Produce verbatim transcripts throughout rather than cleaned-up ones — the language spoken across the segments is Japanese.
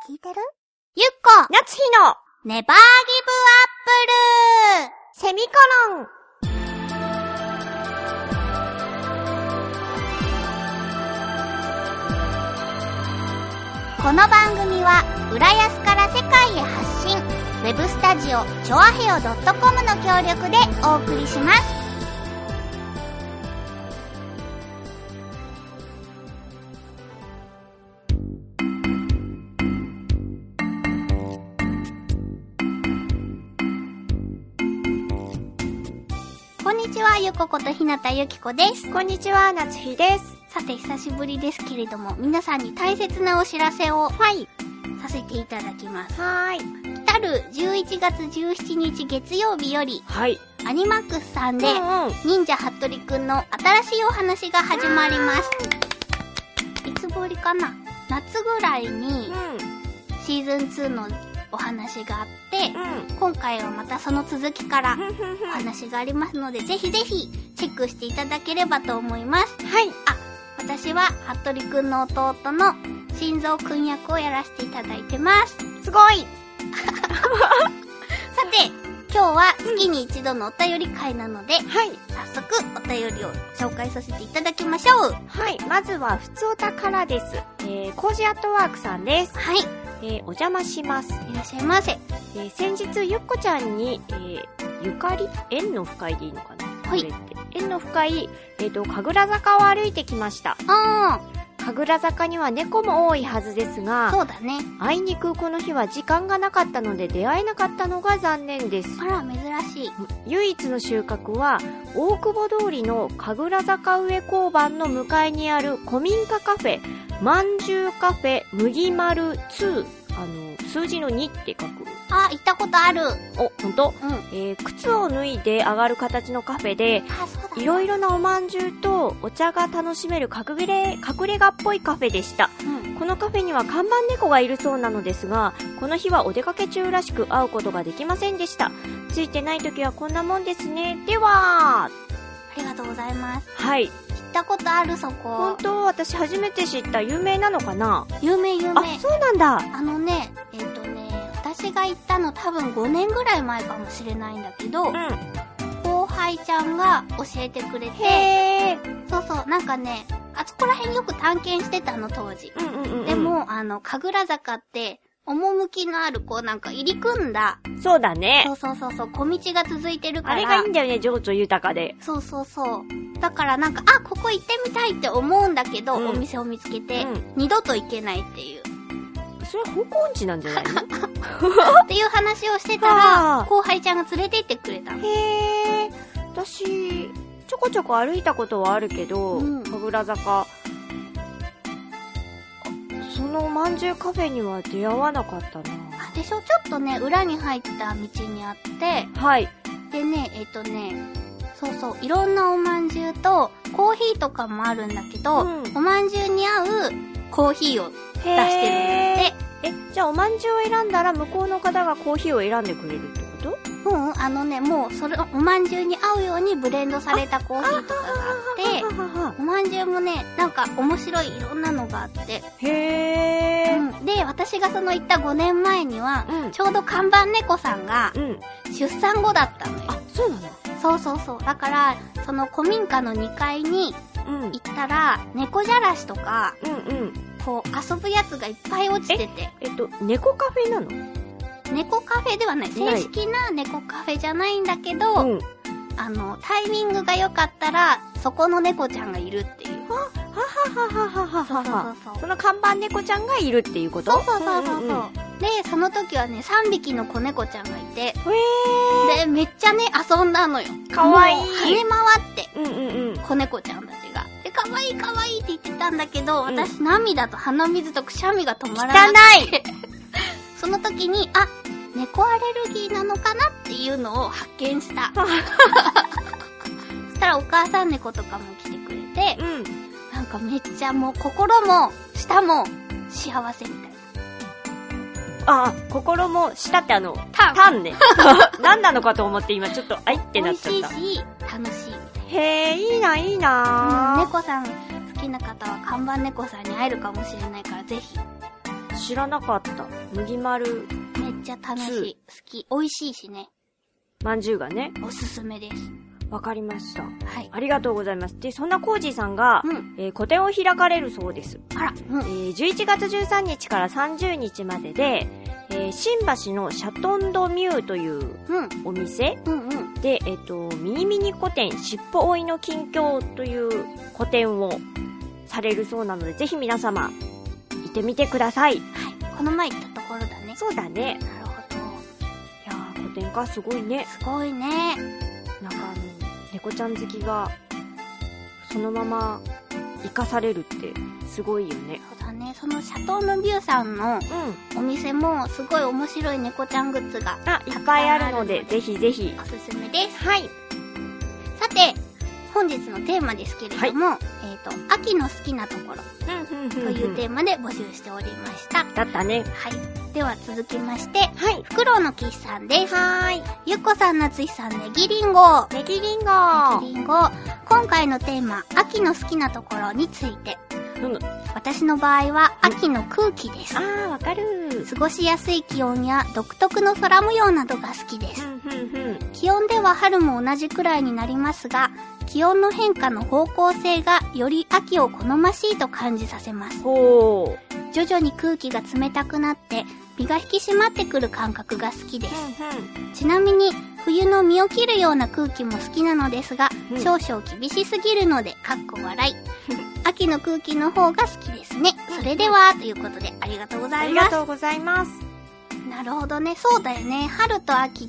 聞いてる？ゆっこなつひのネバーギブアップルセミコロン。 この番組は浦安から世界へ発信、ウェブスタジオチョアヘオ .com の協力でお送りします。こんにちは、ゆこことひなたゆきこです。 こんにちは、なつひです。 さて久しぶりですけれども、皆さんに大切なお知らせをはいさせていただきます。 はーい。 来るじゅういちがつじゅうしちにち月曜日より、 はい。 アニマックスさんで、 うんうん、 忍者ハットリくんの新しいお話が始まります。いつぶりかな、夏ぐらいにシーズンツーのお話があって、うん、今回はまたその続きからお話がありますので、ぜひぜひチェックしていただければと思います。 はい。 あ、私は服部くんの弟の心臓くん役をやらせていただいてます。 すごいさて、今日は月に一度のお便り会なので、 はい、 早速お便りを紹介させていただきましょう。 はい、まずはふつおたからです。えー、コージアットワークさんです。 はい。 えー、お邪魔します。 いらっしゃいませ。 えー、先日ゆっこちゃんに、えー、ゆかり縁の深いでいいのかな、 はい、 これって縁の深い、えーと、神楽坂を歩いてきました。 あー。 神楽坂には猫も多いはずですが、 そうだね。 あいにくこの日は時間がなかったので出会えなかったのが残念です。 あら、珍しい。 唯一の収穫は大久保通りの神楽坂上交番の向かいにある古民家カフェまんじゅうカフェ麦丸に、あの数字のにって書く。 あ、行ったことある。 お、ほんと？ うん。 えー、靴を脱いで上がる形のカフェで、いろいろなおまんじゅうとお茶が楽しめる隠れ、隠れ家っぽいカフェでした。うん、このカフェには看板猫がいるそうなのですが、この日はお出かけ中らしく会うことができませんでした。ついてない時はこんなもんですね。では、 ありがとうございます。 はい。 行ったことある、そこ。 ほんと？私初めて知った。有名なのかな？ 有名有名。 あ、そうなんだ。 あのね、えっとね、私が行ったの多分ごねんぐらい前かもしれないんだけど、うん、後輩ちゃんが教えてくれて、 へー。 そうそう、なんかね、あそこら辺よく探検してたの、当時。 うんうんうんうん、 でも、あの、神楽坂って、趣のある、こうなんか入り組んだ。 そうだね。 そうそうそうそう、小道が続いてるから。 あれがいいんだよね、情緒豊かで。 そうそうそう。だからなんか、あ、ここ行ってみたいって思うんだけど、うん、お店を見つけて、うん、二度と行けないっていう。 それは方向音痴なんじゃないのっていう話をしてたら、後輩ちゃんが連れて行ってくれたの。 へー。私、ちょこちょこ歩いたことはあるけど、うん、神楽坂。そのまんじゅうカフェには出会わなかったな。 あ、でしょ？ちょっとね、裏に入った道にあって、 はい。 でね、えっとね、そうそう、いろんなおまんじゅうと、コーヒーとかもあるんだけど、うん、おまんじゅうに合うコーヒーを出してるんだって。 え、じゃあおまんじゅうを選んだら向こうの方がコーヒーを選んでくれるってこと？ うん、あのね、もうそれ、おまんじゅうに合うようにブレンドされたコーヒーとかがあって、おまんじゅうもね、なんか面白いいろんなのがあって。 へー。 うん、で、私がその行ったごねんまえには、うん、ちょうど看板猫さんが、出産後だったのよ。 あ、そうなの？ そうそうそう。だから、その古民家のにかいに行ったら、うん、猫じゃらしとか、うんうん、こう遊ぶやつがいっぱい落ちてて。 え、えっと、猫カフェなの？ 猫カフェではない。正式な猫カフェじゃないんだけど、うん、あの、タイミングが良かったら、そこの猫ちゃんがいるっていう。 ははははははは。そうそうそう。その看板猫ちゃんがいるっていうこと？ そうそうそうそう。うんうんうん、で、その時はね、さんびきの子猫ちゃんがいて、へー。で、めっちゃね、遊んだのよ。 かわいい。 跳ね回って、 うんうんうん、 子猫ちゃんたちが。で、かわいいかわいいって言ってたんだけど、私、うん、涙と鼻水とくしゃみが止まらなくて。汚いその時に、あ、猫アレルギーなのかなっていうのを発見した。そしたらお母さん猫とかも来てくれて、うん、なんかめっちゃもう心も舌も幸せみたいな。 ああ、心も舌ってあの、タン。タンね。何なのかと思って今ちょっとあいってなっちゃった。 美味しいし、楽しいみたいな。 へー、いいな、いいな、 うん。猫さん好きな方は看板猫さんに会えるかもしれないからぜひ。 知らなかった。麦丸。 めっちゃ楽しい。好き。美味しいしね。 まんじゅうがね。 おすすめです。 わかりました。 はい。 ありがとうございます。で、そんなコージーさんが、うん、えー、個展を開かれるそうです。 あら、うん、 えー、じゅういちがつじゅうさんにちからさんじゅうにちまでで、えー、新橋のシャトンドミューというお店、うんうんうん、で、えっと、ミニミニ個展、しっぽ追いの近況という個展をされるそうなので、ぜひ皆様、行ってみてください。はい。 この前行ったところだね。 そうだね。 なるほど。いやー、個展か、すごいね。 すごいね。 なんかあの、猫ちゃん好きが、そのまま、生かされるって、すごいよね。 そうだね。そのシャトーヌビューさんのお店もすごい面白い猫ちゃんグッズがあいっぱいあるので、ぜひぜひおすすめです。 はい。 さて、本日のテーマですけれども、はい、えっと、秋の好きなところというテーマで募集しておりました。 だったね。 はい。では続きまして、 はい。 フクロウの騎士さんです。 はーい。 ゆっこさん、なつひさん、ネギリンゴ。 ネギリンゴ。 ネギリンゴ。今回のテーマ、秋の好きなところについて。 うん。 私の場合は、秋の空気です。 あー、わかる。 過ごしやすい気温や独特の空模様などが好きです。 うんうんうん、 気温では春も同じくらいになりますが、気温の変化の方向性がより秋を好ましいと感じさせます。 ほう。徐々に空気が冷たくなって、身が引き締まってくる感覚が好きです。 うんうん、 ちなみに、冬の身を切るような空気も好きなのですが、うん、少々厳しすぎるので、かっこ笑い。秋の空気の方が好きですね。それでは、ということで、ありがとうございます。 ありがとうございます。 なるほどね。そうだよね。春と秋って、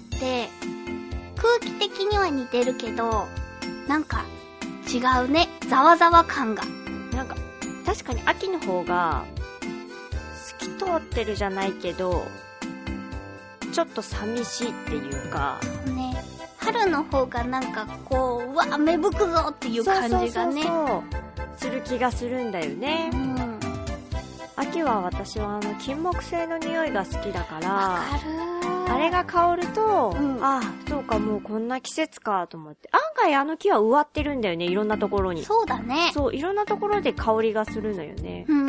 空気的には似てるけど、なんか、違うね。ざわざわ感が。 なんか、確かに秋の方が、透き通ってるじゃないけど、ちょっと寂しいっていうか。 ね。春の方がなんかこう、うわ、芽吹くぞっていう感じがね。そうそうそうそうする気がするんだよね。うん。秋は私はあの、金木犀の匂いが好きだから、 わかる。 あれが香ると、うん、ああ、そうか、もうこんな季節かと思って。案外あの木は植わってるんだよね、いろんなところに。 そうだね。 そう、いろんなところで香りがするのよね。 うん。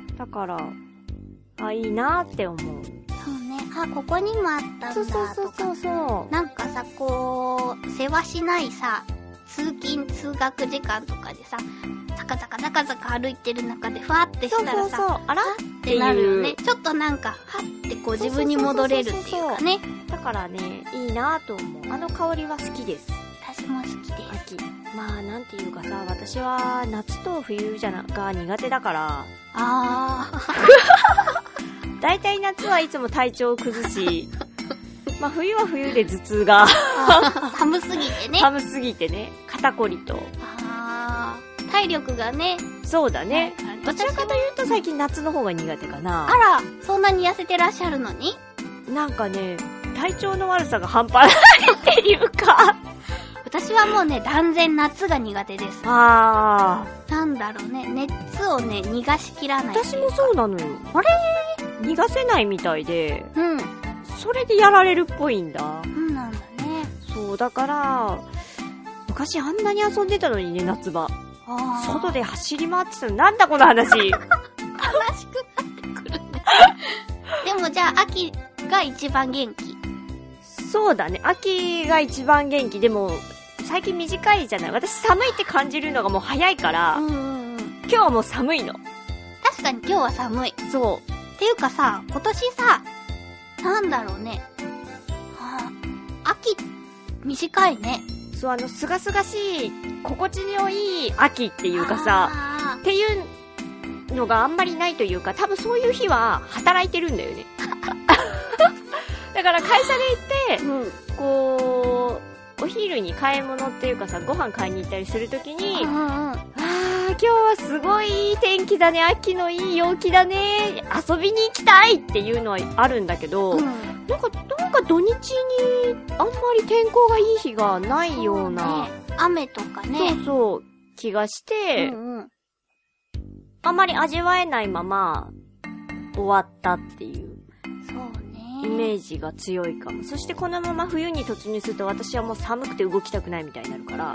だから、あ、いいなーって思う。そうね。あ、ここにもあったんだとか。そうそうそうそう。なんかさ、こう、世話しないさ、通勤通学時間とかでさ、ザカザカザカザカ歩いてる中でふわってしたらさ、そうそうそう、 あらってなるよね。ちょっとなんか、はってこう自分に戻れるっていうかね。 だからね、いいなぁと思う。あの香りは好きです。 私も好きです。 秋。まあ、なんていうかさ、私は夏と冬じゃな、が苦手だから。 あー。だいたい夏はいつも体調を崩し、まあ冬は冬で頭痛が。 寒すぎてね。 寒すぎてね。肩こりと。 あー。体力がね。 そうだね。どちらかというと最近夏の方が苦手かな。 あら、そんなに痩せてらっしゃるのに？ なんかね、体調の悪さが半端ないっていうか。 私はもうね、断然夏が苦手です。 あー。 なんだろうね、熱をね、逃がしきらない。 私もそうなのよ。 あれ？ 逃がせないみたいで。 うん。 それでやられるっぽいんだ。 うんなんだね。 そう、だから、昔あんなに遊んでたのにね、夏場。あ外で走り回ってたの。なんだこの話。 悲しくなってくるね。でもじゃあ、秋が一番元気。 そうだね。秋が一番元気。でも、最近短いじゃない。私寒いって感じるのがもう早いから、うんうんうん、今日はもう寒いの。 確かに今日は寒い。 そう。 っていうかさ、今年さ、なんだろうね。はあ、秋、短いね。 そう、あの、すがすがしい、心地のいい秋っていうかさ、っていうのがあんまりないというか、多分そういう日は働いてるんだよね。だから会社で行って、うん、こう、お昼に買い物っていうかさ、ご飯買いに行ったりするときに、うんうん、あー、今日はすごいいい天気だね、秋のいい陽気だね、遊びに行きたいっていうのはあるんだけど、うん、なんか、なんか土日にあんまり天候がいい日がないような、 ね、雨とかね、 そうそう、気がして、うんうん、あんまり味わえないまま終わったっていう。 そうね。 イメージが強いかも。そしてこのまま冬に突入すると私はもう寒くて動きたくないみたいになるから。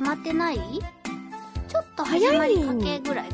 あー、紅葉まだ始まってない？ちょっと始まりかけぐらいかな。 か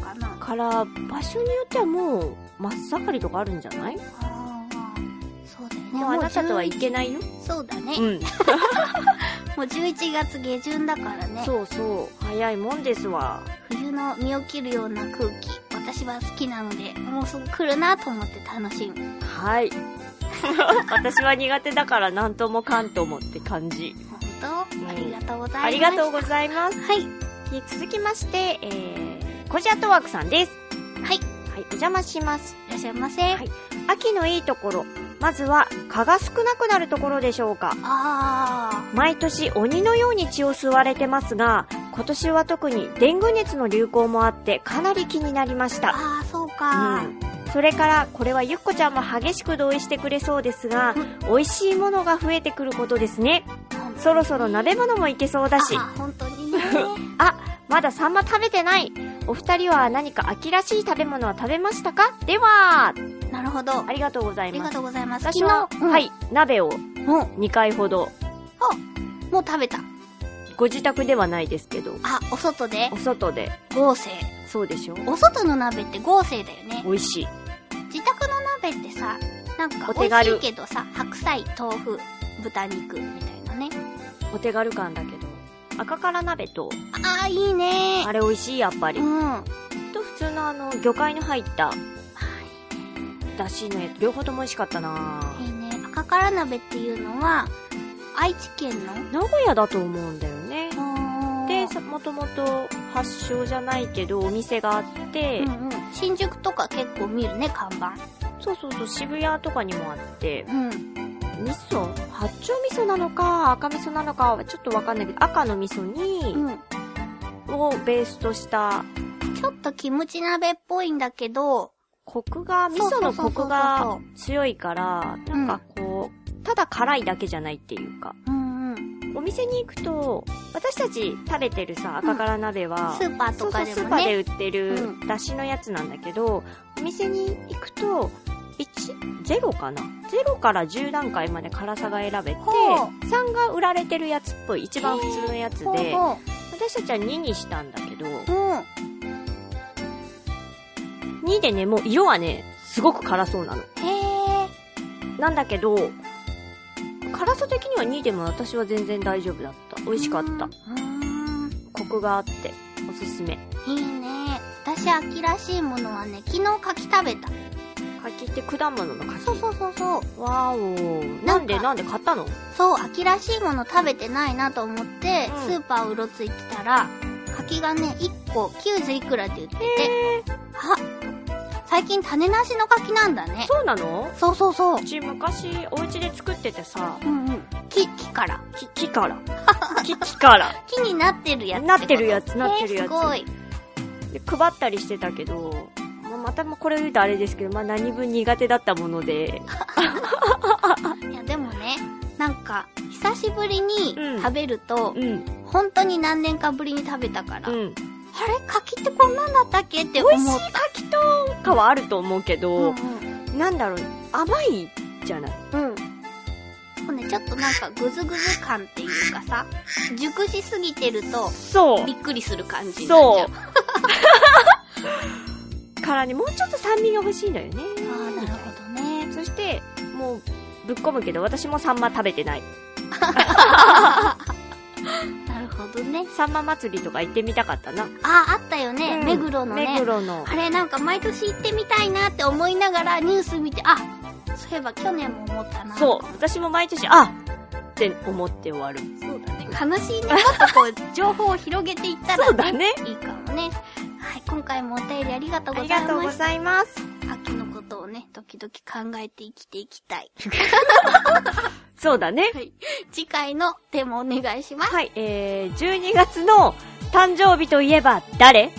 から、場所によってはもう、真っ盛りとかあるんじゃない？ ああ、そうだよね。 もうあなたとはいけないよ。 そうだね。 うん。 もうじゅういちがつ下旬だからね。 そうそう。早いもんですわ。 冬の身を切るような空気、私は好きなので、もうすぐ来るなと思って楽しみ。 はい。私は苦手だからなんともかんともって感じ。 本当、うん、ありがとうございます。 ありがとうございます。 はい。 続きまして、えー、コジアットワークさんです。 はい。 はい、お邪魔します。 いらっしゃいませ。 はい。秋のいいところ。まずは、蚊が少なくなるところでしょうか。 あー。 毎年鬼のように血を吸われてますが、今年は特にデング熱の流行もあってかなり気になりました。 あー、そうか、 うん。それから、これはゆっこちゃんも激しく同意してくれそうですが、美味しいものが増えてくることですね。そろそろ鍋物もいけそうだし。 あ、本当にね。 あ、まだサンマ食べてない。お二人は何か秋らしい食べ物は食べましたか？では、 なるほど。 ありがとうございます。 ありがとうございます。 私は、うん、はい、鍋をにかいほど。 あ、もう食べた。 ご自宅ではないですけど。 あ、お外で？ お外で。 豪勢。 そうでしょ？ お外の鍋って豪勢だよね。 美味しい。 自宅の鍋ってさ、なんか美味しいけどさ、白菜、豆腐、豚肉みたいなね。 お手軽感だけど。赤辛鍋と。 あー、いいね。 あれ美味しい、やっぱり。 うん。 と普通のあの、魚介の入った、だしのやつ、両方とも美味しかったなぁ。 いいね。赤辛鍋っていうのは、愛知県の名古屋だと思うんだよね。 で、 もともと発祥じゃないけど、お店があって、 うんうん、新宿とか結構見るね、看板。 そうそうそう、渋谷とかにもあって、 うん。 味噌八丁味噌なのか赤味噌なのかはちょっとわかんないけど、赤の味噌に、うん、をベースとしたちょっとキムチ鍋っぽいんだけど、 コクが味噌のコクが強いから、なんかこう、うん、ただ辛いだけじゃないっていうか、 うんうん、 お店に行くと私たち食べてるさ赤辛鍋は、 うん、スーパーとかでもね、 そうそうスーパーで売ってるだしのやつなんだけど、お店に行くといち、ゼロかな ?ゼロ からじゅう段階まで辛さが選べて、さんが売られてるやつっぽい、一番普通のやつで、私たちはににしたんだけど、うん、にでね、もう色はね、すごく辛そうなの。へー。なんだけど、辛さ的にはにでも私は全然大丈夫だった。美味しかった。うーん。コクがあって、おすすめ。 いいね。私秋らしいものはね、昨日柿食べた。 柿って果物の柿？ そうそうそうそう。 わーお。なんでなんで買ったの？ そう、秋らしいもの食べてないなと思って、うん、スーパーうろついてたら、柿がね、いっこきゅうじゅういくらって言ってて、あ、最近種なしの柿なんだね。 そうなの？ そうそうそう。 うち昔お家で作っててさ、 うんうん。木、木から。 木、木から。木、木から。 木になってるやつ。 なってるやつ、なってるやつ。 すごい。 で、配ったりしてたけど、またこれ言うとあれですけど、まあ何分苦手だったもので。 いやでもね、なんか久しぶりに食べると、 うん、 本当に何年かぶりに食べたから、うん、あれ柿ってこんなんだったっけって思った。 美味しい柿とかはあると思うけど、うんうん、なんだろう、甘いじゃない。 うん。そうね、ちょっとなんかグズグズ感っていうかさ、熟しすぎてると、 そう。 びっくりする感じになっちゃう。 そう。からね、もうちょっと酸味が欲しいんだよね。 ああ、なるほどね。 そして、もう、ぶっ込むけど、私もサンマ食べてない。 なるほどね。 サンマ祭りとか行ってみたかったな。 ああ、あったよね。うん、目黒のね。 目黒の。 あれなんか毎年行ってみたいなって思いながらニュース見て、あ、そういえば去年も思ったな。 そう。私も毎年、あって思って終わる。 そうだね。悲しいね。ちょっとこう、情報を広げていったら、ね、 そうだね。 いいかもね。はい、今回もお便りありがとうございます。 ありがとうございます。 秋のことをね、時々考えて生きていきたい。 そうだね。 はい。次回のテーマお願いします。 はい、えー、じゅうにがつの誕生日といえば誰？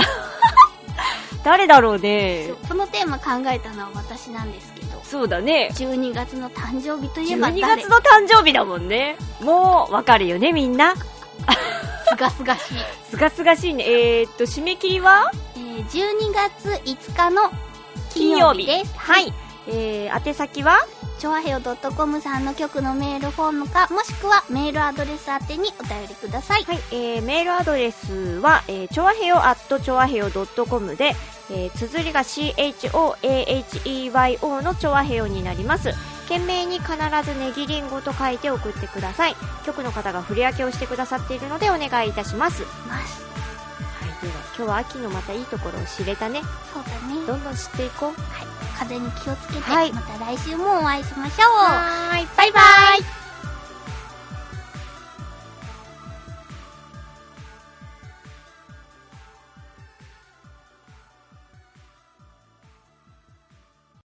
誰だろうね。 このテーマ考えたのは私なんですけど。 そうだね。 じゅうにがつの誕生日といえば誰？ じゅうにがつの誕生日だもんね。もうわかるよね、みんな。 すがすがしい。 すがすがしいね。えーっと、締め切りは、 えー、じゅうにがついつかの金曜日です。 はい。えー、宛先はチョアヘヨ .com さんの局のメールフォームか、もしくはメールアドレス宛てにお便りください。 はい。えー、メールアドレスは、えー、チョアヘヨ アットチョアヘヨ .com で、 えー、綴りが シーエイチオーエーエイチイーワイオー のチョアヘヨになります。件名に必ずネギリンゴと書いて送ってください。局の方が振り分けをしてくださっているのでお願いいたします。 ます。 はい、では今日は秋のまたいいところを知れたね。 そうだね。 どんどん知っていこう。 はい。風に気をつけて、 はい、 また来週もお会いしましょう。 はーい。 バイバイ。